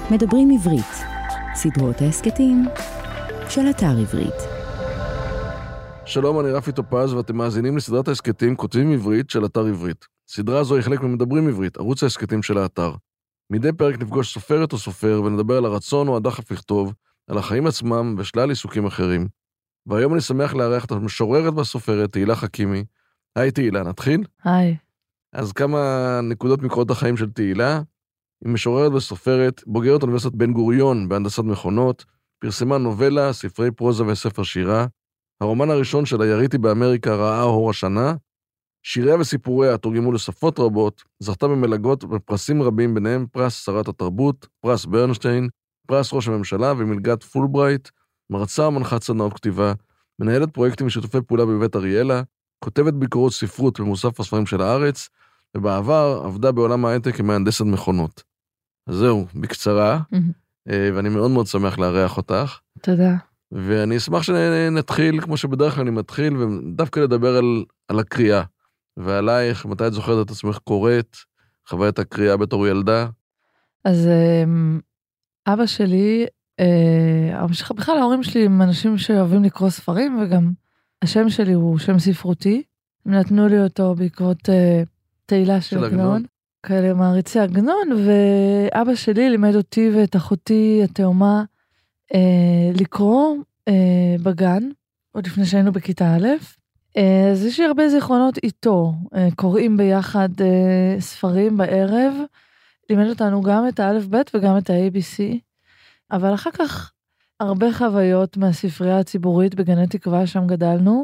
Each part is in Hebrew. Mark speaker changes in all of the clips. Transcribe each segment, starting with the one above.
Speaker 1: מדברים עברית, סדרות ההסקטים של אתר עברית.
Speaker 2: שלום, אני רפי טופז ואתם מאזינים לסדרת ההסקטים כותבים עברית של אתר עברית. סדרה זו היא חלק ממדברים עברית, ערוץ ההסקטים של האתר. מדי פרק נפגוש סופרת או סופר ונדבר על הרצון או הדחף לכתוב, על החיים עצמם ושלל עיסוקים אחרים. והיום אני שמח לארח את המשוררת והסופרת תהילה חכימי. היי תהילה, נתחיל?
Speaker 3: היי.
Speaker 2: אז כמה נקודות מקורות החיים של תהילה. היא משוררת וסופרת, בוגרת אוניברסיטת בן גוריון בהנדסת מכונות, פרסמה נובלה, ספרי פרוזה וספר שירה. הרומן הראשון שלה, יריתי באמריקה, ראה אור השנה. שיריה וסיפוריה תורגמו לשפות רבות, זכתה במלגות ופרסים רבים, ביניהם פרס שרת התרבות, פרס ברנשטיין, פרס ראש הממשלה ומלגת פולברייט, מרצה ומנחת סדנאות כתיבה, מנהלת פרויקטים ושיתופי פעולה בבית אריאלה, כותבת ביקורות ספרות במוסף הספרים של הארץ, ובעבר עבדה בעולם ההייטק כמהנדסת מכונות. אז זהו, בקצרה, ואני מאוד מאוד שמח לארח אותך.
Speaker 3: תודה.
Speaker 2: ואני אשמח שנתחיל, כמו שבדרך כלל אני מתחיל, ודווקא לדבר על הקריאה, ועלייך, מתי את זוכרת את עצמך קוראת, חוויית הקריאה בתור ילדה?
Speaker 3: אז אבא שלי, בכלל ההורים שלי הם אנשים שאוהבים לקרוא ספרים, וגם השם שלי הוא שם ספרותי. הם נתנו לי אותו בעקבות תהילה של עגנון, כאלה מעריצי עגנון, ואבא שלי לימד אותי ואת אחותי התאומה לקרוא בגן, עוד לפני שהיינו בכיתה א'. אז יש לי הרבה זיכרונות איתו, קוראים ביחד ספרים בערב, לימד אותנו גם את האלף בית וגם את ה-ABC, אבל אחר כך הרבה חוויות מהספרייה הציבורית בגני תקווה, שם גדלנו,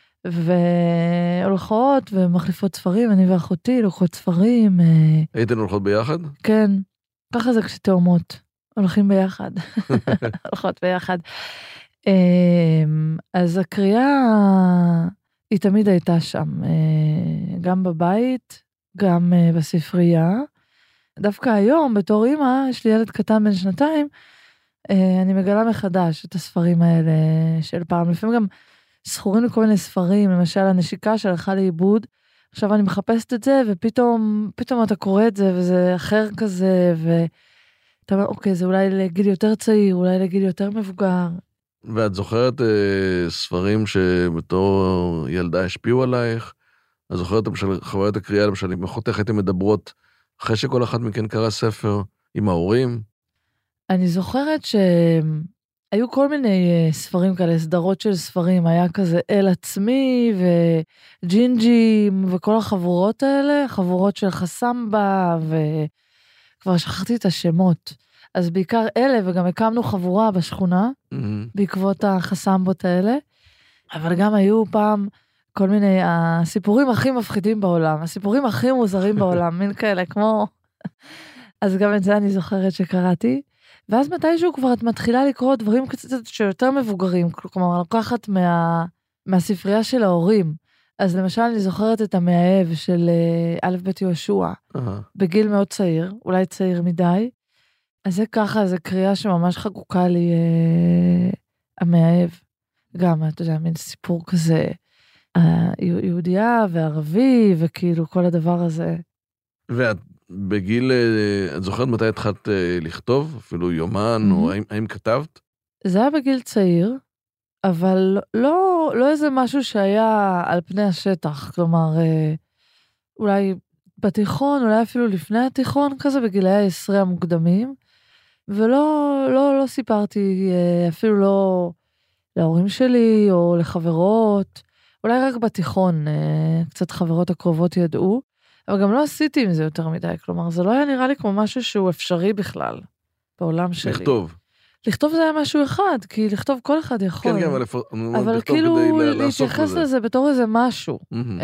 Speaker 3: והולכות ומחליפות ספרים, אני ואחותי לוקחות ספרים.
Speaker 2: הייתן הולכות ביחד?
Speaker 3: כן, ככה זה כשתאומות, הולכים ביחד, הולכות ביחד. אז הקריאה היא תמיד הייתה שם, גם בבית, גם בספרייה. דווקא היום, בתור אמא, יש לי ילד קטן בן 2, אני מגלה מחדש את הספרים האלה של פעם. לפעמים גם זכורים לי כל מיני ספרים, למשל הנשיקה שהלכה לאיבוד, עכשיו אני מחפשת את זה, ופתאום אתה קורא את זה, וזה אחר כזה, ואתה אומר, אוקיי, זה אולי לגיל יותר צעיר, אולי לגיל יותר מבוגר.
Speaker 2: ואת זוכרת ספרים שבתור ילדה השפיעו עלייך? את זוכרת למשל חוויית הקריאה, למשל עם אחותך הייתם מדברות אחרי שכל אחת מכן קרא ספר עם ההורים?
Speaker 3: אני זוכרת שהיו כל מיני ספרים כאלה, סדרות של ספרים, היה כזה אל עצמי וג'ינג'ים וכל החבורות האלה, חבורות של חסמבה, וכבר שכחתי את השמות. אז בעיקר אלה, וגם הקמנו חבורה בשכונה, בעקבות החסמבות האלה, אבל גם היו פעם כל מיני הסיפורים הכי מפחידים בעולם, הסיפורים הכי מוזרים בעולם, מין כאלה, כמו... אז גם את זה אני זוכרת שקראתי, ואז מתישהו כבר את מתחילה לקרוא דברים קצת שיותר מבוגרים, כלומר, לקחת מהספרייה של ההורים. אז למשל אני זוכרת את המאהב של א' ב' יהושע, בגיל מאוד צעיר, אולי צעיר מדי, אז זה ככה, זה קריאה שממש חקוקה לי, המאהב. גם, אתה יודע, מין סיפור כזה, יהודייה וערבי, וכאילו כל הדבר הזה.
Speaker 2: ואת בגיל, את זוכרת מתי התחלת לכתוב? אפילו יומן, או האם כתבת?
Speaker 3: זה היה בגיל צעיר, אבל לא איזה משהו שהיה על פני השטח, כלומר, אולי בתיכון, אולי אפילו לפני התיכון, כזה בגילי העשרה המוקדמים, ולא סיפרתי אפילו לא להורים שלי או לחברות, אולי רק בתיכון, קצת חברות הקרובות ידעו, אבל גם לא עשיתי עם זה יותר מדי, כלומר, זה לא היה נראה לי כמו משהו שהוא אפשרי בכלל, בעולם שלי. לכתוב זה היה משהו אחד, כי לכתוב כל אחד יכול.
Speaker 2: כן,
Speaker 3: אבל כאילו להתייחס לזה בתור איזה משהו.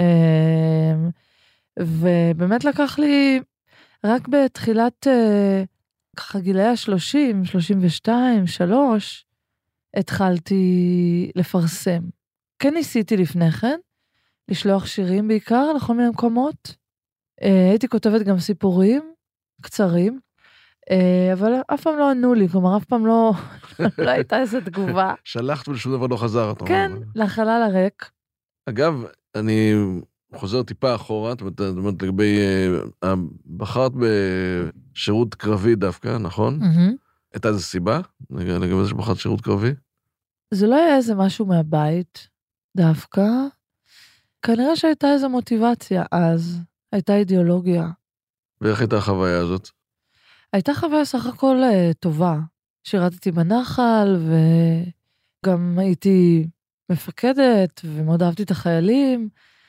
Speaker 3: ובאמת לקח לי, רק בתחילת, ככה גילאי ה-30, 32, 3, התחלתי לפרסם. כן ניסיתי לפני כן, לשלוח שירים בעיקר לכל מיני מקומות. הייתי כותבת גם סיפורים קצרים, אבל אף פעם לא ענו לי, כלומר אף פעם לא הייתה איזו תגובה.
Speaker 2: שלחת ולשום דבר לא חזר.
Speaker 3: כן, לחלל הריק.
Speaker 2: אגב, אני חוזר טיפה אחורה, זאת אומרת, לגבי, בחרת בשירות קרבי דווקא, נכון? הייתה איזו סיבה לגבי זה שבחרת שירות קרבי?
Speaker 3: זה לא היה איזה משהו מהבית, דווקא. כנראה שהייתה איזו מוטיבציה אז, הייתה אידיאולוגיה.
Speaker 2: ואיך הייתה החוויה הזאת?
Speaker 3: הייתה חוויה סך הכל טובה. שירתתי בנחל, וגם הייתי מפקדת, ומאוד אהבתי את החיילים.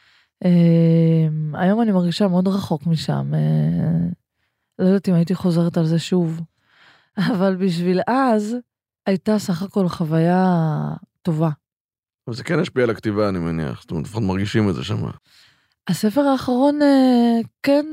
Speaker 3: היום אני מרגישה מאוד רחוק משם. לא יודעת אם הייתי חוזרת על זה שוב. אבל בשביל אז, הייתה סך הכל חוויה טובה.
Speaker 2: אבל זה כן השפיע על הכתיבה, אני מניח. זאת אומרת, לפחות מרגישים את זה שם.
Speaker 3: הספר האחרון, כן,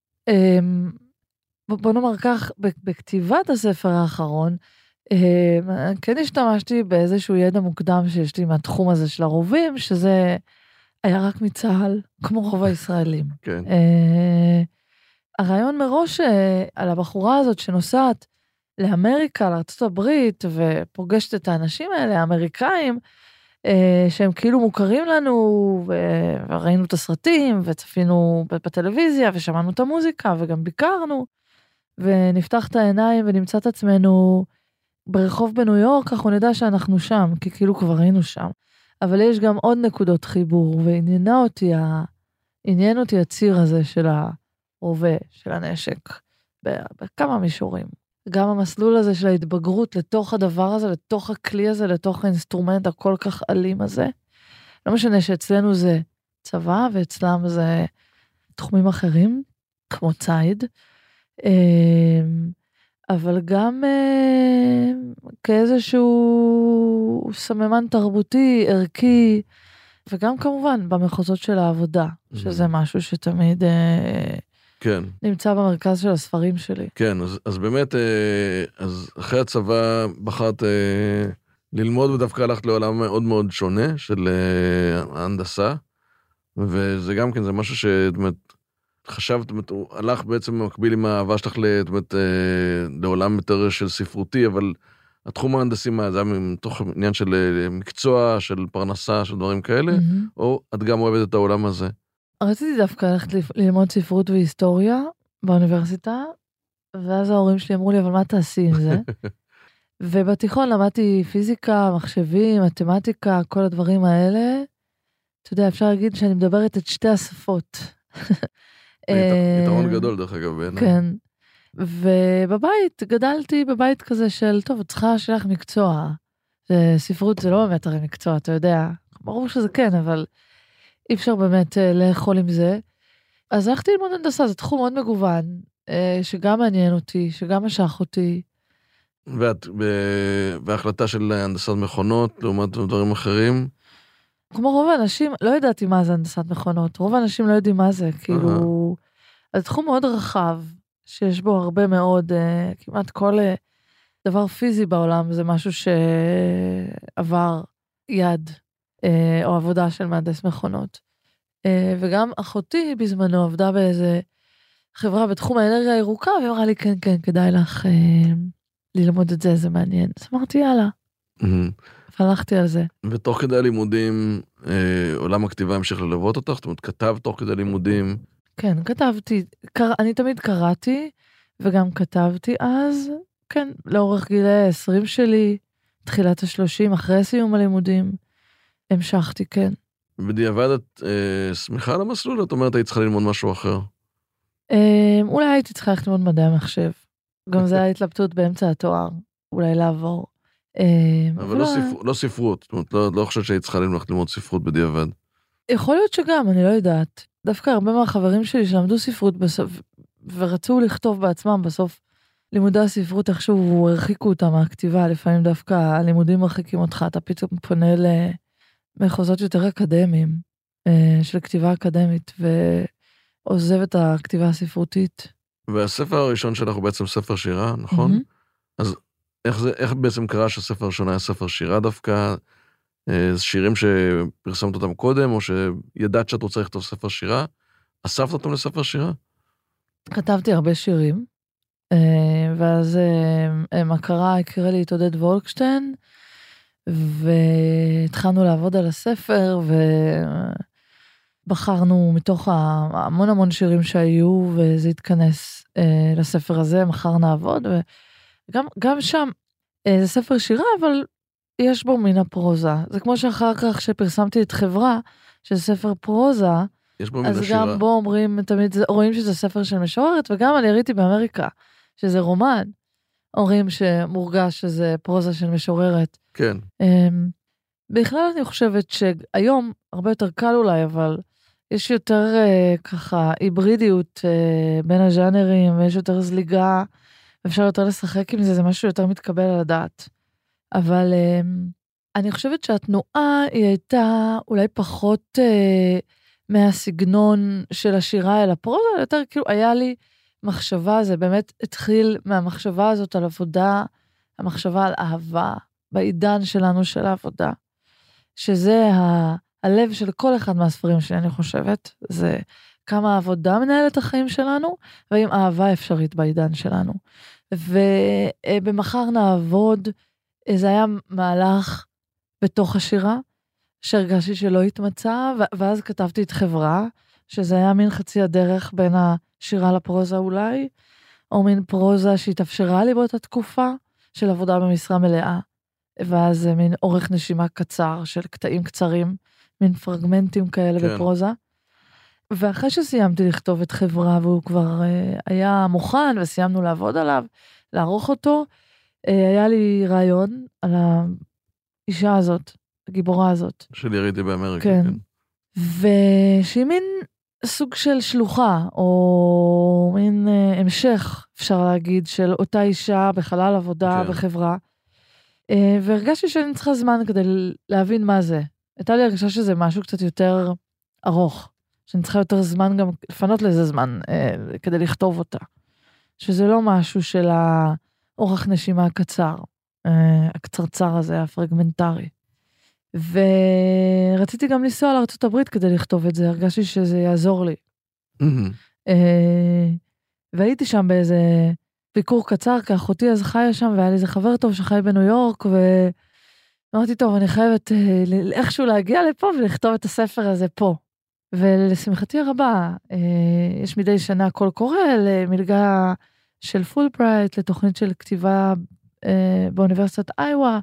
Speaker 3: בוא נאמר כך, בכתיבת הספר האחרון, כן השתמשתי באיזשהו ידע מוקדם שיש לי מהתחום הזה של הרובים, שזה היה רק מצה"ל, כמו רוב הישראלים.
Speaker 2: כן.
Speaker 3: הרעיון מראש על הבחורה הזאת שנוסעת לאמריקה, לארצות הברית, ופוגשת את האנשים האלה, האמריקאים, שהם כאילו מוכרים לנו, וראינו את הסרטים, וצפינו בטלוויזיה, ושמענו את המוזיקה, וגם ביקרנו, ונפתח את העיניים ונמצא את עצמנו ברחוב בניו יורק, אנחנו נדע שאנחנו שם, כי כאילו כבר היינו שם. אבל יש גם עוד נקודות חיבור, ועניין אותי הציר הזה של הרובה, של הנשק, בכמה מישורים. גם המסלול הזה של ההתבגרות לתוך הדבר הזה, לתוך הכלי הזה, לתוך האינסטרומנט הכל כך אלים הזה. לא משנה שאצלנו זה צבא, ואצלם זה תחומים אחרים, כמו ציד, אבל גם כאיזשהו סממן תרבותי, ערכי, וגם כמובן במחוזות של העבודה, שזה משהו שתמיד
Speaker 2: כן.
Speaker 3: נמצא במרכז של הספרים שלי.
Speaker 2: כן, אז באמת, אז אחרי הצבא בחרת ללמוד, ודווקא הלכת לעולם מאוד מאוד שונה של ההנדסה, וזה גם כן, זה משהו שדמת, חשבת, הוא הלך בעצם במקביל עם האהבה שלך לעולם יותר של ספרותי, אבל התחום ההנדסי מה, זה היה מתוך עניין של מקצוע, של פרנסה, של דברים כאלה, או את גם אוהבת את העולם הזה?
Speaker 3: רציתי דווקא ללכת ללמוד ספרות והיסטוריה באוניברסיטה, ואז ההורים שלי אמרו לי, אבל מה תעשי עם זה? ובתיכון למדתי פיזיקה, מחשבים, מתמטיקה, כל הדברים האלה. אתה יודע, אפשר להגיד שאני מדברת את שתי השפות.
Speaker 2: יתרון גדול דרך אגב בעיניי.
Speaker 3: כן. ובבית, גדלתי בבית כזה של, טוב, את צריכה שלך מקצוע. ספרות זה לא באמת הרי מקצוע, אתה יודע. ברור שזה כן, אבל אי אפשר באמת לאכול עם זה. אז הלכתי ללמוד הנדסה, זה תחום מאוד מגוון, שגם מעניין אותי, שגם משך אותי.
Speaker 2: ואת בהחלטה של הנדסת מכונות, לעומת דברים אחרים?
Speaker 3: כמו רוב האנשים, לא ידעתי מה זה הנדסת מכונות, רוב האנשים לא יודעים מה זה, כאילו, זה תחום מאוד רחב, שיש בו הרבה מאוד, כמעט כל דבר פיזי בעולם, זה משהו שעבר יד, או עבודה של מהנדס מכונות. וגם אחותי בזמנו עבדה באיזה חברה בתחום האנרגיה הירוקה, והיא אמרה לי, כן, כן, כדאי לך ללמוד את זה, זה מעניין. אז אמרתי, יאללה. והלכתי על זה.
Speaker 2: ותוך כדי הלימודים, עולם הכתיבה המשיך ללוות אותך? זאת אומרת, כתב תוך כדי לימודים?
Speaker 3: כן, כתבתי. אני תמיד קראתי, וגם כתבתי אז, כן, לאורך גילי 20 שלי, תחילת ה-30, אחרי סיום הלימודים, המשכתי, כן.
Speaker 2: בדיעבד את שמחה על המסלול? את אומרת, היית צריכה ללמוד משהו אחר?
Speaker 3: אולי הייתי צריכה ללכת ללמוד מדעי המחשב. גם זה ההתלבטות באמצע התואר, אולי לעבור.
Speaker 2: אבל לא ספרות, זאת אומרת, לא חושבת שהיית צריכה ללמוד ספרות בדיעבד.
Speaker 3: יכול להיות שגם, אני לא יודעת. דווקא הרבה מהחברים שלי שלמדו ספרות בסוף, ורצו לכתוב בעצמם בסוף, לימודי הספרות איכשהו הרחיקו אותם מהכתיבה, לפעמים דווקא הלימודים מרחיקים אותך, אתה פתאום פונה למחוזות יותר אקדמיים, של כתיבה אקדמית, ועוזב את הכתיבה הספרותית.
Speaker 2: והספר הראשון שלך הוא בעצם ספר שירה, נכון? אז איך בעצם קרה שהספר הראשון היה ספר שירה דווקא? שירים שפרסמת אותם קודם, או שידעת שאת רוצה לכתוב ספר שירה? אספת אותם לספר שירה?
Speaker 3: כתבתי הרבה שירים, ואז מכרה הכירה לי את עודד וולקשטיין, והתחלנו לעבוד על הספר, ובחרנו מתוך המון המון שירים שהיו, וזה התכנס לספר הזה, מחר נעבוד, גם שם, זה ספר שירה, אבל יש בו מן הפרוזה. זה כמו שאחר כך שפרסמתי את חברה, של ספר פרוזה,
Speaker 2: יש בו מן
Speaker 3: אז
Speaker 2: השירה.
Speaker 3: גם בו אומרים, תמיד רואים שזה ספר של משוררת, וגם אני ראיתי באמריקה, שזה רומן, אומרים שמורגש שזה פרוזה של משוררת.
Speaker 2: כן.
Speaker 3: בכלל אני חושבת שהיום, הרבה יותר קל אולי, אבל יש יותר ככה היברידיות בין הז'אנרים, ויש יותר זליגה, אפשר יותר לשחק עם זה, זה משהו יותר מתקבל על הדעת. אבל אני חושבת שהתנועה היא הייתה אולי פחות מהסגנון של השירה אל הפרוזה, יותר כאילו היה לי מחשבה, זה באמת התחיל מהמחשבה הזאת על עבודה, המחשבה על אהבה, בעידן שלנו של העבודה, שזה הלב של כל אחד מהספרים שלי, אני חושבת, זה כמה העבודה מנהלת החיים שלנו, ואם אהבה אפשרית בעידן שלנו. ובמחר נעבוד, זה היה מהלך בתוך השירה, שהרגשתי שלא התמצא, ואז כתבתי את חברה, שזה היה מין חצי הדרך בין השירה לפרוזה אולי, או מין פרוזה שהתאפשרה לי באותה תקופה, של עבודה במשרה מלאה, ואז מין אורך נשימה קצר, של קטעים קצרים, מין פרגמנטים כאלה כן. בפרוזה. ואחרי שסיימתי לכתוב את חברה, והוא כבר היה מוכן, וסיימנו לעבוד עליו, לערוך אותו, היה לי רעיון על האישה הזאת, הגיבורה הזאת.
Speaker 2: של יריתי באמריקה.
Speaker 3: כן. ושהיא מין סוג של שלוחה, או מין המשך, אפשר להגיד, של אותה אישה בחלל עבודה כן. בחברה. והרגשתי שאני צריכה זמן כדי להבין מה זה. הייתה לי הרגשה שזה משהו קצת יותר ארוך, שאני צריכה יותר זמן גם לפנות לזה זמן כדי לכתוב אותה. שזה לא משהו של האורך נשימה הקצר, הקצרצר הזה, הפרגמנטרי. ורציתי גם לנסוע לארצות הברית כדי לכתוב את זה, הרגשתי שזה יעזור לי. והייתי שם באיזה ביקור קצר, כי אחותי אז חיה שם, והיה לי איזה חבר טוב שחי בניו יורק, ואמרתי, טוב, אני חייבת איכשהו להגיע לפה ולכתוב את הספר הזה פה. ולשמחתי הרבה, יש מדי שנה קול קורא למלגה של פולברייט, לתוכנית של כתיבה באוניברסיטת איווה,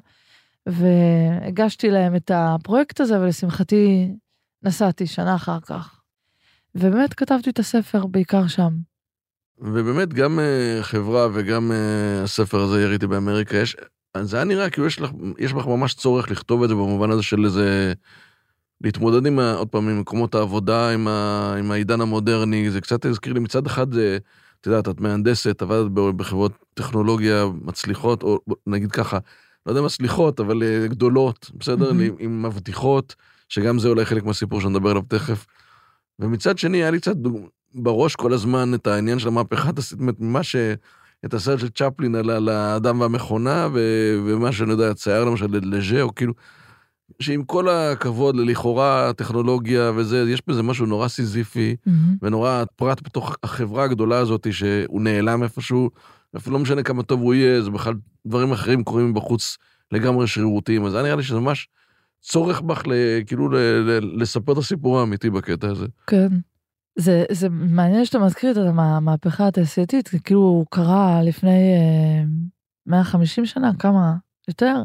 Speaker 3: והגשתי להם את הפרויקט הזה, ולשמחתי נסעתי שנה אחר כך. ובאמת כתבתי את הספר בעיקר שם.
Speaker 2: ובאמת גם חברה וגם הספר הזה יריתי באמריקה, זה היה נראה כאילו יש לך ממש צורך לכתוב את זה במובן הזה של איזה, להתמודד עם, עוד פעם, עם מקומות העבודה, עם העידן המודרני, זה קצת הזכיר לי מצד אחד, את יודעת, את מהנדסת, עבדת בחברות טכנולוגיה מצליחות, או נגיד ככה, לא יודע מצליחות, אבל גדולות, בסדר? עם מבטיחות, שגם זה אולי חלק מהסיפור שנדבר עליו תכף. ומצד שני, היה לי קצת בראש כל הזמן את העניין של המהפכה, מה את הסרט של צ'פלין על האדם והמכונה, ומה שאני יודע, צייר למשל לז'ה, או כאילו, שעם כל הכבוד ללכאורה הטכנולוגיה וזה, יש בזה משהו נורא סיזיפי, ונורא פרט בתוך החברה הגדולה הזאת, שהוא נעלם איפשהו, אפילו לא משנה כמה טוב הוא יהיה, זה בכלל דברים אחרים קורים בחוץ לגמרי שרירותיים, אז היה נראה לי שזה ממש צורך בך כאילו לספר את הסיפור האמיתי בקטע הזה.
Speaker 3: כן. זה מעניין שאתה מזכיר את המהפכה התעשייתית, כאילו הוא קרה לפני 150 שנה, כמה יותר,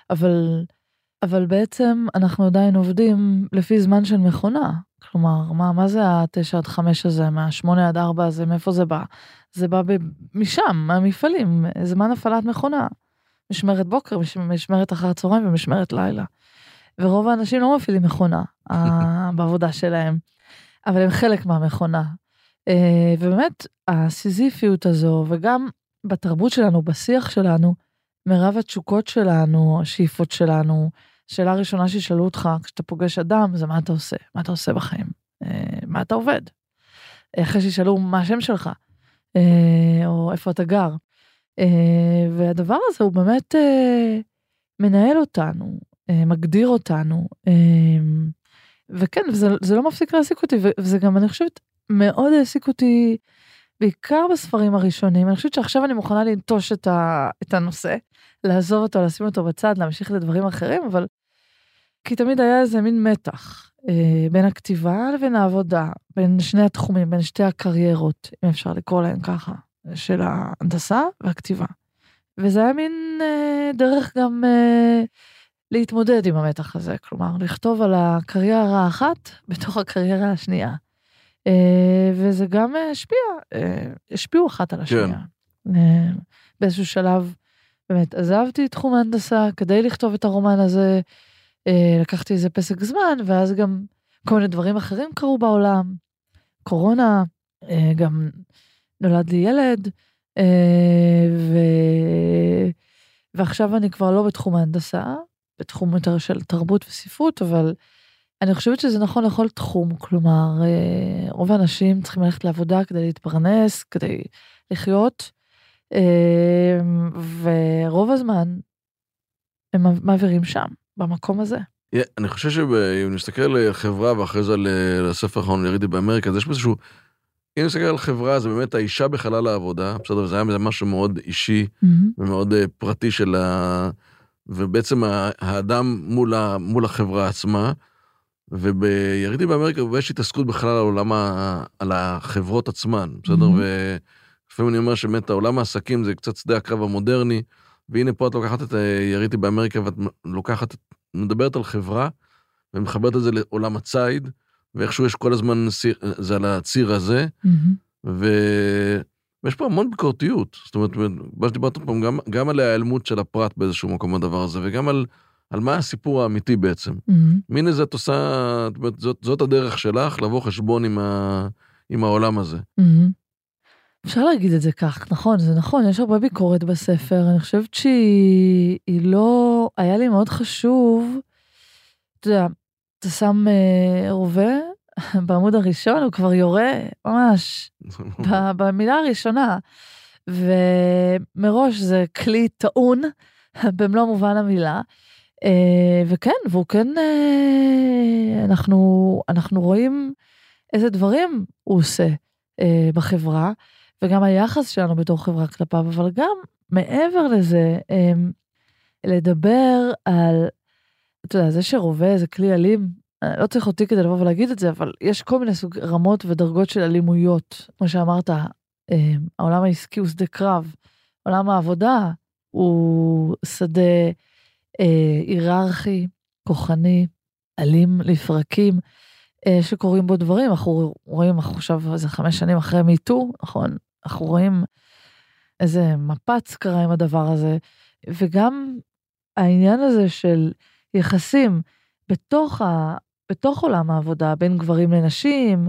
Speaker 3: אבל בעצם אנחנו עדיין עובדים לפי זמן של מכונה. כלומר, מה זה ה9-5 הזה, מה8-4 הזה, מאיפה זה בא? זה בא משם, מהמפעלים, זמן הפעלת מכונה. משמרת בוקר, משמרת אחר צהריים ומשמרת לילה. ורוב האנשים לא מפעילים מכונה בעבודה שלהם, אבל הם חלק מהמכונה. ובאמת, הסיזיפיות הזו, וגם בתרבות שלנו, בשיח שלנו, מרב התשוקות שלנו, השאיפות שלנו, השאלה הראשונה שישאלו אותך, כשאתה פוגש אדם, זה מה אתה עושה? מה אתה עושה בחיים? מה אתה עובד? אחרי שישאלו מה השם שלך, או איפה אתה גר. והדבר הזה הוא באמת מנהל אותנו, מגדיר אותנו, וכן, זה לא מפסיק להעסיק אותי, וזה גם, אני חושבת, מאוד העסיק אותי, בעיקר בספרים הראשונים. אני חושבת שעכשיו אני מוכנה לנטוש את הנושא, לעזוב אותו, לשים אותו בצד, להמשיך לדברים אחרים, אבל כי תמיד היה איזה מין מתח, בין הכתיבה לבין העבודה, בין שני התחומים, בין שתי הקריירות, אם אפשר לקרוא להם ככה, של ההנדסה והכתיבה. וזה היה מין דרך גם להתמודד עם המתח הזה, כלומר, לכתוב על הקריירה האחת בתוך הקריירה השנייה. וזה גם השפיעו אחת על השנייה. באיזשהו שלב, באמת, עזבתי את תחום ההנדסה כדי לכתוב את הרומן הזה, לקחתי איזה פסק זמן, ואז גם כל מיני דברים אחרים קרו בעולם, קורונה, גם נולד לי ילד, ועכשיו אני כבר לא בתחום ההנדסה, בתחום יותר של תרבות וספרות, אבל אני חושבת שזה נכון לכל תחום, כלומר, רוב האנשים צריכים ללכת לעבודה כדי להתפרנס, כדי לחיות, ורוב הזמן הם מעבירים שם, במקום הזה.
Speaker 2: אני חושב שאם נסתכל על חברה ואחרי זה לספר האחרון ירידי באמריקה, אז יש איזשהו, אם נסתכל על חברה, זה באמת האישה בחלל העבודה, בסדר, זה היה משהו מאוד אישי ומאוד פרטי של ובעצם האדם מול החברה עצמה, ובירידי באמריקה יש התעסקות בכלל על העולם, על החברות עצמן, בסדר? ולפעמים אני אומר שבאמת העולם העסקים זה קצת שדה הקרב המודרני, והנה פה את לוקחת את ירידי באמריקה, ואת לוקחת, מדברת על חברה, ומחברת את זה לעולם הציד, ואיכשהו יש כל הזמן, זה על הציר הזה, ויש פה המון ביקורתיות, זאת אומרת, מה שדיברת פה, גם על ההיעלמות של הפרט באיזשהו מקום הדבר הזה, וגם על מה הסיפור האמיתי בעצם. מיני זה את עושה, זאת הדרך שלך, לבוא חשבון עם העולם הזה.
Speaker 3: אפשר להגיד את זה כך, נכון, זה נכון, יש הרבה ביקורת בספר, אני חושבת שהיא לא, היה לי מאוד חשוב, אתה יודע, אתה שם רובה, בעמוד הראשון הוא כבר יורה, ממש, במילה הראשונה, ומראש זה כלי טעון, במלוא מובן המילה, וכן, והוא כן, אנחנו רואים איזה דברים הוא עושה בחברה, וגם היחס שלנו בתור חברה כלפיו, אבל גם מעבר לזה, לדבר על, אתה יודע, זה שרובה זה כלי אלים, לא צריך אותי כדי לבוא ולהגיד את זה, אבל יש כל מיני רמות ודרגות של אלימויות, כמו שאמרת, העולם העסקי הוא שדה קרב, עולם העבודה הוא שדה היררכי, כוחני, אלים לפרקים, שקוראים בו דברים, אנחנו רואים, אנחנו עכשיו איזה 5 שנים אחרי מיטו, נכון? אנחנו רואים איזה מפץ קרה עם הדבר הזה, וגם העניין הזה של יחסים בתוך עולם העבודה, בין גברים לנשים,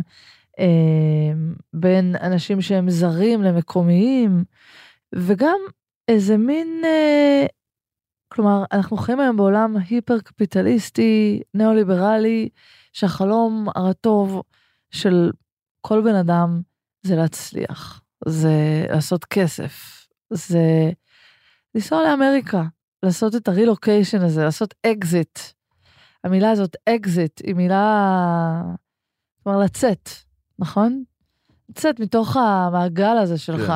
Speaker 3: בין אנשים שהם זרים למקומיים, וגם איזה מין, כלומר, אנחנו חיים היום בעולם היפר-קפיטליסטי, ניאו-ליברלי, שהחלום הרטוב של כל בן אדם זה להצליח, זה לעשות כסף, זה לנסוע לאמריקה, לעשות את הרילוקיישן הזה, לעשות אקזיט. המילה הזאת, אקזיט, היא מילה, כלומר, לצאת, נכון? לצאת מתוך המעגל הזה שלך.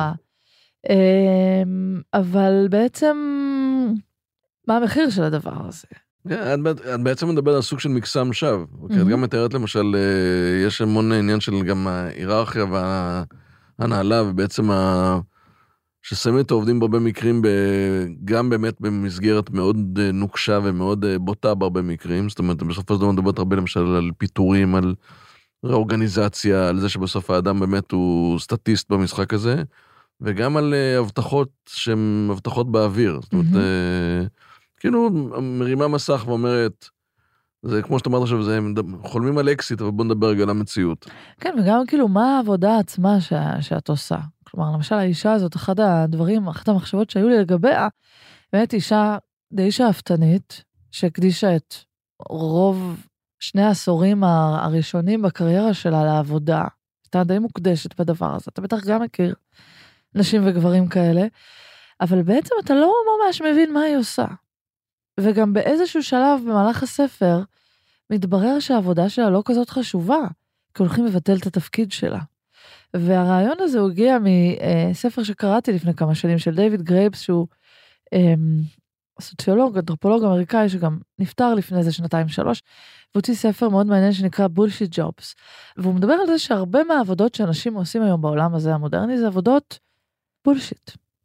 Speaker 3: אבל בעצם, מה המחיר של הדבר הזה?
Speaker 2: את בעצם מדברת על סוג של מקסם שווא. את גם מתארת למשל, יש המון עניין של גם ההיררכיה והנהלה, ובעצם ששמים את העובדים בהרבה מקרים, גם באמת במסגרת מאוד נוקשה ומאוד בוטה בהרבה מקרים, זאת אומרת, בסופו של דבר מדברת הרבה למשל על פיתורים, על ראורגניזציה, על זה שבסוף האדם באמת הוא סטטיסט במשחק הזה, וגם על הבטחות שהן הבטחות באוויר, זאת אומרת, כאילו מרימה מסך ואומרת, זה כמו שאתה אומרת עכשיו, זה חולמים על אקסיט, אבל בוא נדבר רגע על המציאות.
Speaker 3: כן, וגם כאילו מה העבודה עצמה שאת עושה. כלומר, למשל האישה הזאת, אחת המחשבות שהיו לי לגביה, באמת אישה די שאפתנית, שהקדישה את רוב 2 העשורים הראשונים בקריירה שלה לעבודה. הייתה די מוקדשת בדבר הזה. אתה בטח גם מכיר נשים וגברים כאלה, אבל בעצם אתה לא ממש מבין מה היא עושה. וגם באיזשהו שלב במהלך הספר, מתברר שהעבודה שלה לא כזאת חשובה, כי הולכים לבטל את התפקיד שלה. והרעיון הזה הוא הגיע מספר שקראתי לפני כמה שנים, של דיוויד גרייבס, שהוא סוציולוג, אנתרופולוג אמריקאי, שגם נפטר לפני איזה 2-3, והוציא ספר מאוד מעניין שנקרא בולשיט ג'ובס. והוא מדבר על זה שהרבה מהעבודות שאנשים עושים היום בעולם הזה המודרני, זה עבודות בולשיט.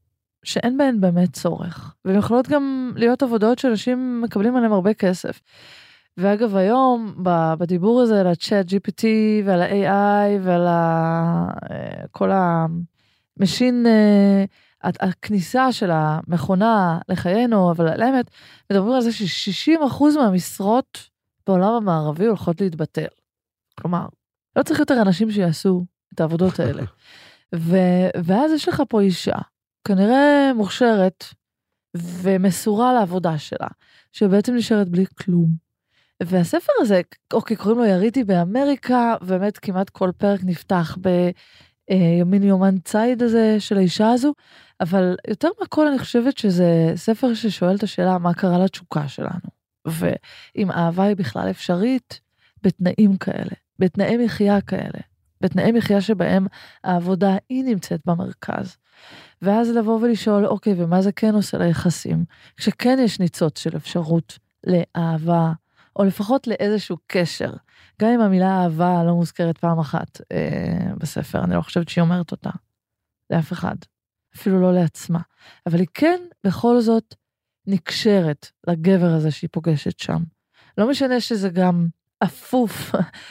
Speaker 3: שאין בהן באמת צורך, והן יכולות גם להיות עבודות שאנשים מקבלים עליהן הרבה כסף. ואגב, היום, בדיבור הזה על ה-Chat GPT ועל ה-AI ועל כל המשין, הכניסה של המכונה לחיינו, אבל על האמת, מדברים על זה ש60% מהמשרות בעולם המערבי הולכות להתבטל. כלומר, לא צריך יותר אנשים שיעשו את העבודות האלה. ואז יש לך פה אישה, כנראה מוכשרת ומסורה לעבודה שלה, שבעצם נשארת בלי כלום. והספר הזה, אוקיי, קוראים לו יריתי באמריקה, באמת כמעט כל פרק נפתח בימין יומן ציד הזה של האישה הזו, אבל יותר מהכל אני חושבת שזה ספר ששואל את השאלה מה קרה לתשוקה שלנו, ואם אהבה היא בכלל אפשרית בתנאים כאלה, בתנאי מחיה כאלה, בתנאי מחיה שבהם העבודה היא נמצאת במרכז. ואז לבוא ולשאול, אוקיי, ומה זה כן עושה ליחסים? כשכן יש ניצוץ של אפשרות לאהבה, או לפחות לאיזשהו קשר. גם אם המילה אהבה לא מוזכרת פעם אחת בספר, אני לא חושבת שהיא אומרת אותה לאף אחד, אפילו לא לעצמה. אבל היא כן בכל זאת נקשרת לגבר הזה שהיא פוגשת שם. לא משנה שזה גם אפוף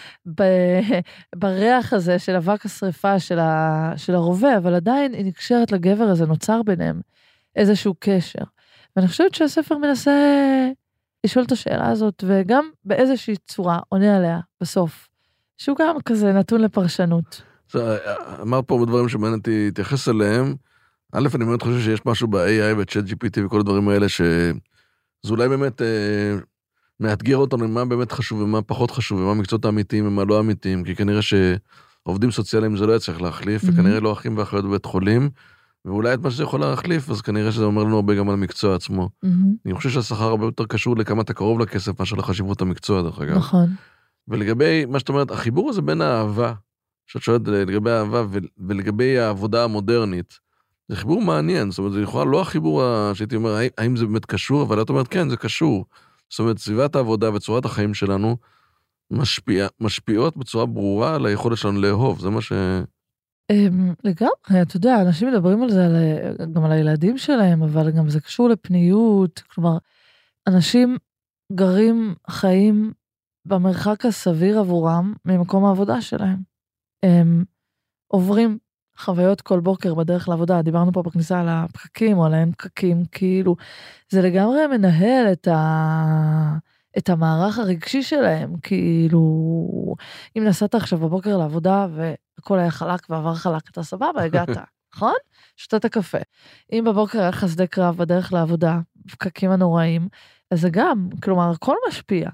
Speaker 3: בריח הזה של אבק השריפה של הרובה, אבל עדיין היא נקשרת לגבר הזה, נוצר ביניהם איזשהו קשר. ואני חושבת שהספר מנסה לשאול את השאלה הזאת, וגם באיזושהי צורה עונה עליה בסוף, שהוא גם כזה נתון לפרשנות.
Speaker 2: אמר פה בדברים שמעניינתי להתייחס אליהם, א', אני מאוד חושב שיש משהו ב-AI ו-Chat GPT וכל הדברים האלה, שזה אולי באמת מאתגר אותנו מה באמת חשוב ומה פחות חשוב, ומה מקצועות האמיתיים ומה לא אמיתיים, כי כנראה שעובדים סוציאליים זה לא יצטרך להחליף, וכנראה לא אחים ואחיות בבית חולים, ואולי את מה שזה יכול להחליף, אז כנראה שזה אומר לנו הרבה גם על המקצוע עצמו. אני חושב שהשכר הרבה יותר קשור לכמה אתה קרוב לכסף, מאשר לחשיבות המקצוע, דרך אגב.
Speaker 3: נכון.
Speaker 2: ולגבי מה שאת אומרת, החיבור הזה בין האהבה, שאת שואלת לגבי האהבה ולגבי העבודה המודרנית, זה חיבור מעניין, זאת אומרת, זה יכולה לא החיבור שהייתי אומר, האם זה באמת קשור, אבל את אומרת, כן, זה קשור. זאת אומרת, סביבת העבודה וצורת החיים שלנו משפיעות בצורה ברורה על היכולת שלנו לאהוב, זה מה ש...
Speaker 3: לגמרי, אתה יודע, אנשים מדברים על זה, גם על הילדים שלהם, אבל גם זה קשור לפניות, כלומר, אנשים גרים חיים במרחק הסביר עבורם ממקום העבודה שלהם. הם עוברים חוויות כל בוקר בדרך לעבודה, דיברנו פה בכניסה על הפקקים או על האין פקקים, כאילו, זה לגמרי מנהל את המערך הרגשי שלהם, כאילו, אם נסעת עכשיו בבוקר לעבודה והכל היה חלק ועבר חלק, אתה סבבה, הגעת, נכון? שתת הקפה. אם בבוקר היה לך שדה קרב בדרך לעבודה, פקקים הנוראים, אז זה גם, כלומר, הכל משפיע.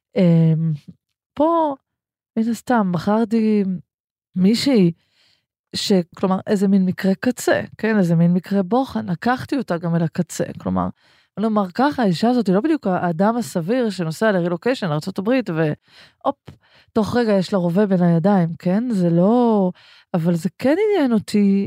Speaker 3: פה, מן הסתם, בחרתי מישהי, כלומר, איזה מין מקרה קצה, כן? איזה מין מקרה בוחן, לקחתי אותה גם אל הקצה, כלומר, אני אומר ככה, האישה הזאת היא לא בדיוק האדם הסביר שנוסע לרילוקיישן לארצות הברית, והופ, תוך רגע יש לה רובה בין הידיים, כן? זה לא... אבל זה כן עניין אותי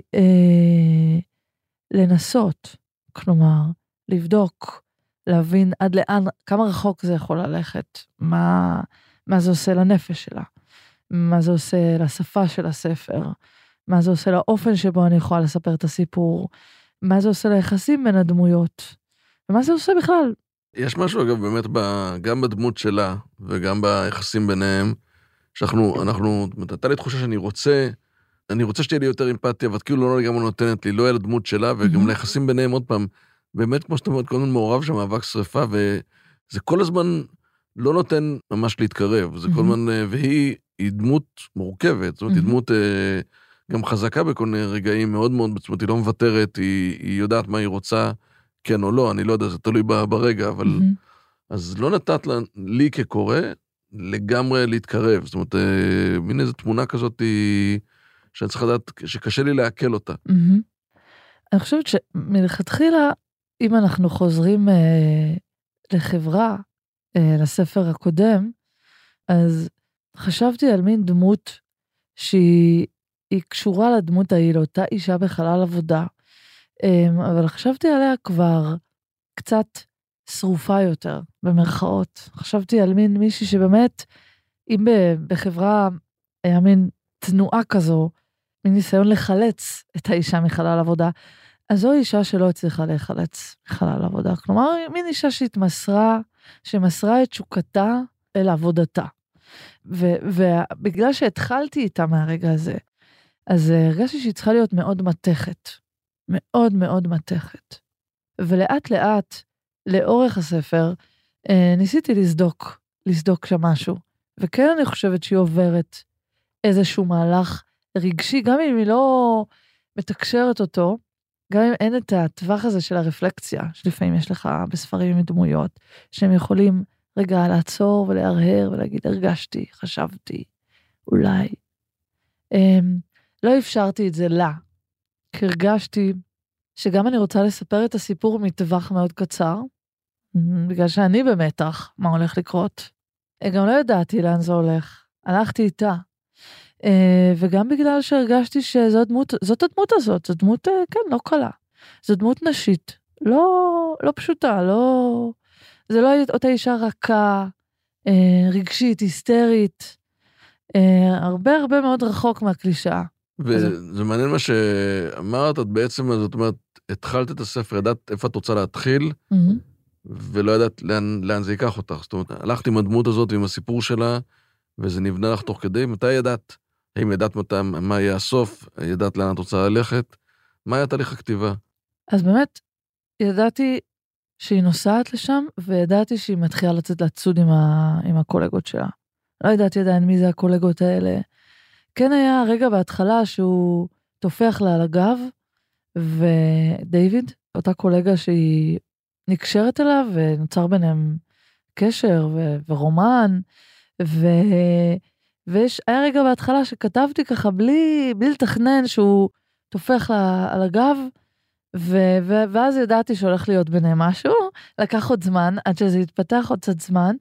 Speaker 3: לנסות, כלומר, לבדוק, להבין עד לאן, כמה רחוק זה יכול ללכת, מה זה עושה לנפש שלה, מה זה עושה לשפה של הספר, מה זה עושה לאופן שבו אני יכולה לספר את הסיפור, מה זה עושה ליחסים בין הדמויות, ומה זה עושה בכלל.
Speaker 2: יש משהו אגב באמת גם בדמות שלה, וגם ביחסים ביניהם, שאנחנו, הייתה לי תחושה שאני רוצה שתהיה לי יותר אמפתיה, ואת כאילו לא לגמרי נותנת לי, לא על הדמות שלה, וגם ליחסים ביניהם עוד פעם, באמת כמו שאתה אומרת, כל הזמן מעורב שם מאבק שריפה, וזה כל הזמן לא נותן ממש להתקרב, זה כל הזמן, והיא דמות מורכבת, זאת אומרת, היא דמות גם חזקה בכל מיני רגעים, מאוד מאוד, זאת אומרת, היא לא מוותרת, היא יודעת מה היא רוצה, כן או לא, אני לא יודע, זה תלוי ברגע, אבל אז לא נתת לי כקורא לגמרי להתקרב, זאת אומרת, מין איזו תמונה כזאת שאני צריך לדעת, שקשה לי להקל אותה.
Speaker 3: אני חושבת שמלכתחילה, אם אנחנו חוזרים לחברה, לספר הקודם, אז חשבתי על מין דמות שהיא קשורה לדמות ההיא, לאותה אישה בחלל עבודה, אבל חשבתי עליה כבר קצת שרופה יותר, במרכאות. חשבתי על מין מישהי שבאמת, אם בחברה היה מין תנועה כזו, מין ניסיון לחלץ את האישה מחלל עבודה, אז זו אישה שלא הצליחה להיחלץ מחלל עבודה. כלומר, מין אישה שמסרה את תשוקתה אל עבודתה. ובגלל שהתחלתי איתה מהרגע הזה, אז הרגשתי שהיא צריכה להיות מאוד מתכת. מאוד מאוד מתכת. ולאט לאט, לאורך הספר, ניסיתי לסדוק שם משהו. וכן אני חושבת שהיא עוברת איזשהו מהלך רגשי, גם אם היא לא מתקשרת אותו, גם אם אין את הטווח הזה של הרפלקציה, שלפעמים יש לך בספרים עם דמויות, שהם יכולים רגע לעצור ולהרהר ולהגיד, הרגשתי, חשבתי, אולי. לא אפשרתי את זה לה, כי הרגשתי שגם אני רוצה לספר את הסיפור מטווח מאוד קצר, בגלל שאני במתח, מה הולך לקרות. גם לא ידעתי לאן זה הולך, הלכתי איתה. וגם בגלל שהרגשתי שזאת הדמות הזאת, זו דמות, כן, לא קלה. זו דמות נשית, לא פשוטה, זה לא אותה אישה רכה, רגשית, היסטרית, הרבה מאוד רחוק מהקלישאה.
Speaker 2: וזה מעניין מה שאמרת, את בעצם, זאת אומרת, התחלת את הספר, ידעת איפה את רוצה להתחיל, ולא ידעת לאן זה ייקח אותך. זאת אומרת, הלכת עם הדמות הזאת ועם הסיפור שלה, וזה נבנה לך תוך כדי. מתי ידעת? האם ידעת מה יהיה הסוף? ידעת לאן את רוצה ללכת? מה היה תהליך הכתיבה?
Speaker 3: אז באמת, ידעתי שהיא נוסעת לשם, וידעתי שהיא מתחילה לצאת לצוד עם הקולגות שלה. לא ידעתי עדיין מי זה הקולגות האלה. כן היה רגע בהתחלה שהוא תופח לה על הגב, ודייוויד, אותה קולגה שהיא נקשרת אליו, ונוצר ביניהם קשר ורומן, והיה רגע בהתחלה שכתבתי ככה בלי לתכנן שהוא תופח לה על הגב, ואז ידעתי שהולך להיות ביניהם משהו, לקח עוד זמן, עד שזה התפתח עוד קצת זמן,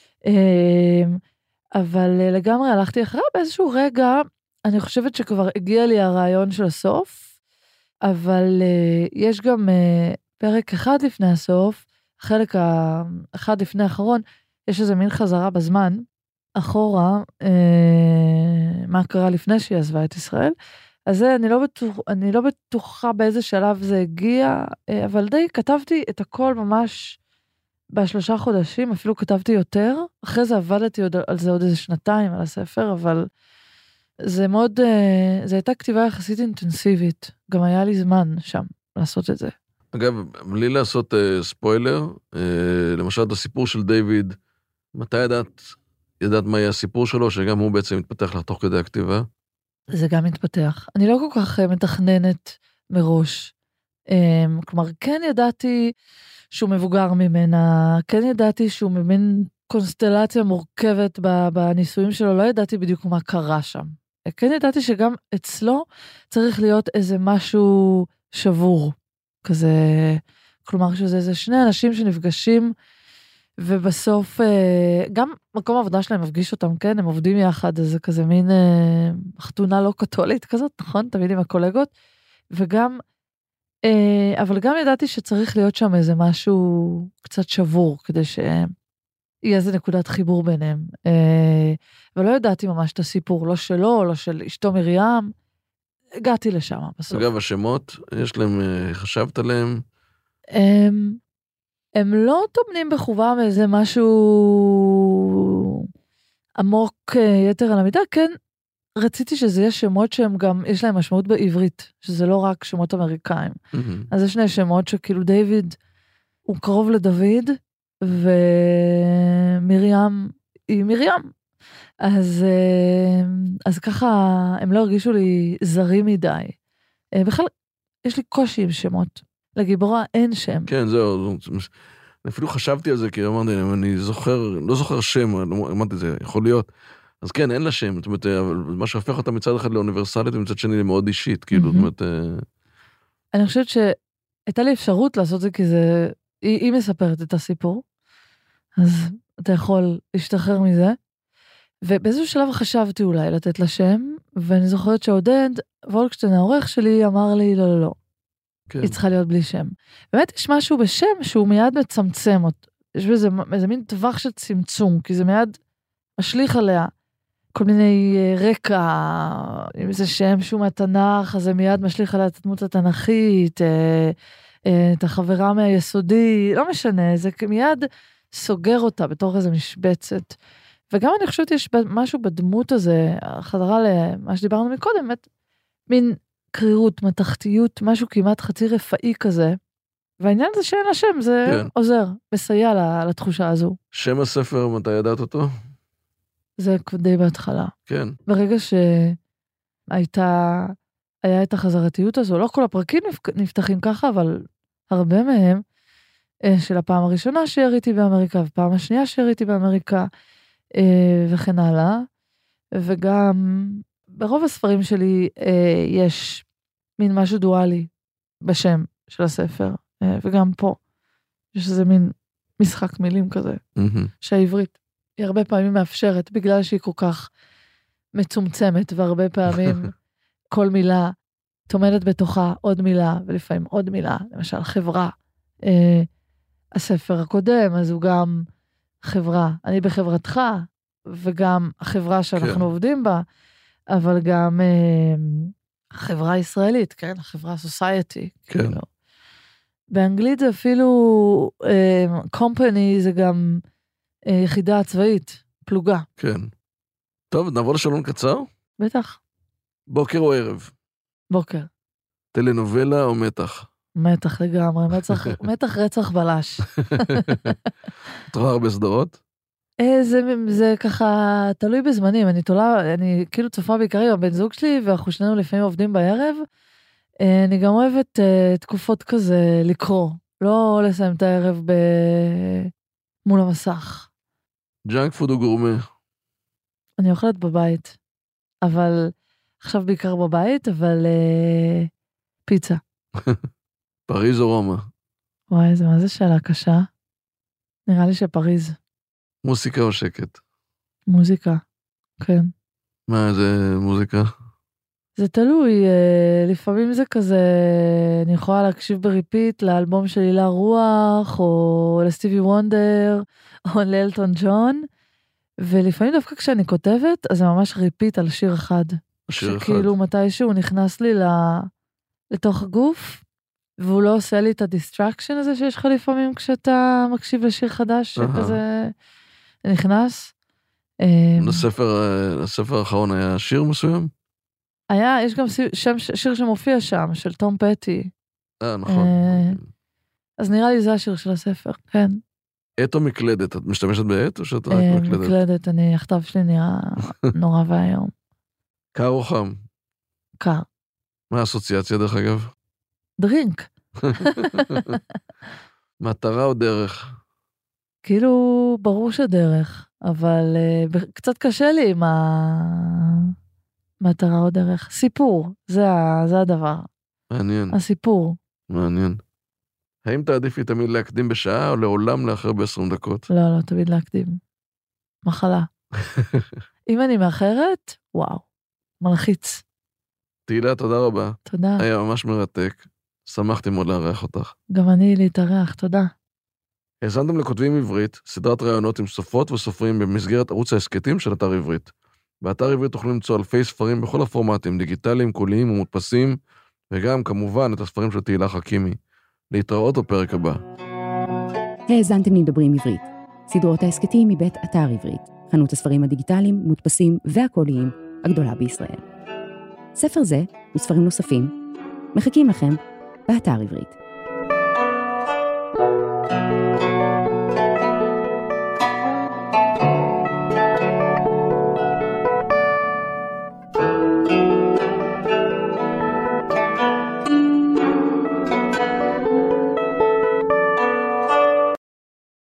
Speaker 3: אבל לגמרי הלכתי אחריו באיזשהו רגע, אני חושבת שכבר הגיע לי הרעיון של הסוף, אבל יש גם פרק אחד לפני הסוף, חלק אחד לפני האחרון, יש איזה מין חזרה בזמן, אחורה, מה קרה לפני שהיא עזבה את ישראל, אז זה אני לא בטוחה באיזה שלב זה הגיע, אבל די כתבתי את הכל ממש ב3 חודשים, אפילו כתבתי יותר, אחרי זה עבדתי על זה עוד איזה 2 על הספר, אבל זה מאוד, זה הייתה כתיבה יחסית אינטנסיבית, גם היה לי זמן שם לעשות את זה.
Speaker 2: אגב, בלי לעשות ספוילר, למשל את הסיפור של דיוויד, מתי ידעת מה יהיה הסיפור שלו, שגם הוא בעצם מתפתח לך תוך כדי הכתיבה?
Speaker 3: זה גם מתפתח. אני לא כל כך מתכננת מראש. כלומר, כן ידעתי שהוא מבוגר ממנה, כן ידעתי שהוא ממין קונסטלציה מורכבת בניסויים שלו, לא ידעתי בדיוק מה קרה שם. כן ידעתי שגם אצלו צריך להיות איזה משהו שבור, כזה, כלומר שזה איזה 2 אנשים שנפגשים, ובסוף, גם מקום העבודה שלהם מפגיש אותם, כן, הם עובדים יחד, אז זה כזה מין חתונה לא קתולית כזאת, נכון? תמיד עם הקולגות, וגם, אבל גם ידעתי שצריך להיות שם איזה משהו קצת שבור, כדי שיהיה איזה נקודת חיבור ביניהם, ולא ידעתי ממש את הסיפור, לא שלו, לא של אשתו מרים, הגעתי לשם בסוף.
Speaker 2: אגב, השמות, יש להם, חשבת עליהם?
Speaker 3: הם לא טומנים בחובם איזה משהו עמוק יתר על המידה, כן, רציתי שזה יהיה שמות שהם גם, יש להם משמעות בעברית, שזה לא רק שמות אמריקאים. אז יש 2 שמות שכאילו דיוויד הוא קרוב לדוד, ומרים היא מרים. אז ככה הם לא הרגישו לי זרים מדי. בכלל, יש לי קושי עם שמות. לגיבורה אין שם.
Speaker 2: כן, זהו. אני אפילו חשבתי על זה, כי אמרתי, אני לא זוכר שם, אמרתי, זה יכול להיות. אז כן, אין לה שם. זאת אומרת, מה שהופך אותה מצד אחד לאוניברסלית, ומצד שני למאוד אישית, כאילו, זאת אומרת...
Speaker 3: אני חושבת שהייתה לי אפשרות לעשות זה, כי זה... היא מספרת את הסיפור, אז אתה יכול להשתחרר מזה. ובאיזשהו שלב חשבתי אולי לתת לה שם, ואני זוכרת שעודד, וולקשטיין, העורך שלי, אמר לי, לא. כן. היא צריכה להיות בלי שם. באמת יש משהו בשם שהוא מיד מצמצם אותו. יש בזה איזה מין טווח של צמצום, כי זה מיד משליך עליה כל מיני רקע, אם זה שם שהוא מהתנ"ך, אז זה מיד משליך על הדמות התנ"כית, את החברה מהיסודי, לא משנה, זה מיד סוגר אותה בתור איזו משבצת. וגם אני חושבת יש משהו בדמות הזה, חזרה למה שדיברנו מקודם, מין קרירות, מתחתיות, משהו כמעט חצי רפאי כזה, והעניין הזה שאין לה שם, זה כן. עוזר, מסייע לתחושה הזו.
Speaker 2: שם הספר, מתי ידעת אותו?
Speaker 3: זה די בהתחלה.
Speaker 2: כן.
Speaker 3: ברגע היה את החזרתיות הזו, לא כל הפרקים נפתחים ככה, אבל הרבה מהם, של הפעם הראשונה שיריתי באמריקה, ופעם השנייה שיריתי באמריקה, וכן הלאה. וגם ברוב הספרים שלי יש מין משהו דואלי בשם של הספר, וגם פה יש איזה מין משחק מילים כזה, שהעברית היא הרבה פעמים מאפשרת, בגלל שהיא כל כך מצומצמת, והרבה פעמים כל מילה תומדת בתוכה עוד מילה, ולפעמים עוד מילה, למשל חברה. הספר הקודם, אז הוא גם חברה, אני בחברתך, וגם החברה שאנחנו עובדים בה, אבל גם החברה הישראלית, כן? החברה סוסייטי.
Speaker 2: כן.
Speaker 3: כאילו. באנגלית זה אפילו, company זה גם יחידה צבאית, פלוגה.
Speaker 2: כן. טוב, נעבור לשאלון קצר?
Speaker 3: בטח.
Speaker 2: בוקר או ערב?
Speaker 3: בוקר.
Speaker 2: טלנובלה או מתח?
Speaker 3: מתח לגמרי, מתח רצח בלש.
Speaker 2: את רואה הרבה סדרות?
Speaker 3: זה ככה תלוי בזמנים, אני כאילו צופה בעיקרי עם הבן זוג שלי, ואנחנו שנינו לפעמים עובדים בערב, אני גם אוהבת תקופות כזה לקרוא, לא לסיים את הערב מול המסך.
Speaker 2: ג'אנק פוד או גורמה?
Speaker 3: אני אוכלת בבית, אבל עכשיו בעיקר בבית, אבל פיצה.
Speaker 2: פריז או רומא?
Speaker 3: וואי, מה זה שאלה קשה? נראה לי שפריז.
Speaker 2: מוסיקה או שקט?
Speaker 3: מוזיקה, כן.
Speaker 2: מה, זה מוזיקה?
Speaker 3: זה תלוי, לפעמים זה כזה, אני יכולה להקשיב בריפיט לאלבום של הילה רוח, או לסטיבי וונדר, או לאלטון ג'ון, ולפעמים דווקא כשאני כותבת, אז זה ממש ריפיט על שיר אחד.
Speaker 2: שיר אחד.
Speaker 3: שכאילו מתישהו נכנס לי לתוך הגוף, והוא לא עושה לי את הדיסטרקשן הזה שיש לך לפעמים כשאתה מקשיב לשיר חדש, שכזה נכנס.
Speaker 2: לספר האחרון היה שיר מסוים?
Speaker 3: יש גם שיר שמופיע שם, של תום פטי.
Speaker 2: נכון.
Speaker 3: אז נראה לי זה השיר של הספר, כן.
Speaker 2: עת או מקלדת? את משתמשת בעת או שאת רק מקלדת?
Speaker 3: מקלדת, הכתב שלי נראה נורא והיום.
Speaker 2: קר או חם?
Speaker 3: קר.
Speaker 2: מה האסוציאציה דרך אגב?
Speaker 3: דרינק.
Speaker 2: מטרה או דרך?
Speaker 3: כאילו, ברור שדרך, אבל קצת קשה לי עם המטרה או דרך. סיפור, זה הדבר.
Speaker 2: מעניין.
Speaker 3: הסיפור.
Speaker 2: מעניין. האם תעדיפי תמיד להקדים בשעה או לעולם לאחר ב-20 דקות?
Speaker 3: לא, תמיד להקדים. מחלה. אם אני מאחרת, וואו, מלחיץ.
Speaker 2: תהילה, תודה רבה.
Speaker 3: תודה.
Speaker 2: היה ממש מרתק. שמחתי מאוד לארח אותך.
Speaker 3: גם אני להתארח, תודה.
Speaker 2: האזנתם לכותבים עברית, סדרת ראיונות עם סופרות וסופרים במסגרת ערוץ ההסכתים של אתר עברית. באתר עברית תוכלו למצוא אלפי ספרים בכל הפורמטים, דיגיטליים, קוליים ומודפסים, וגם כמובן את הספרים של תהילה חכימי. להתראות בפרק הבא.
Speaker 1: האזנתם לדברים עברית. סדרות ההסכתים מבית אתר עברית, חנות הספרים הדיגיטליים, מודפסים והקוליים הגדולה בישראל. ספר זה וספרים נוספים מחכים לכם באתר עברית.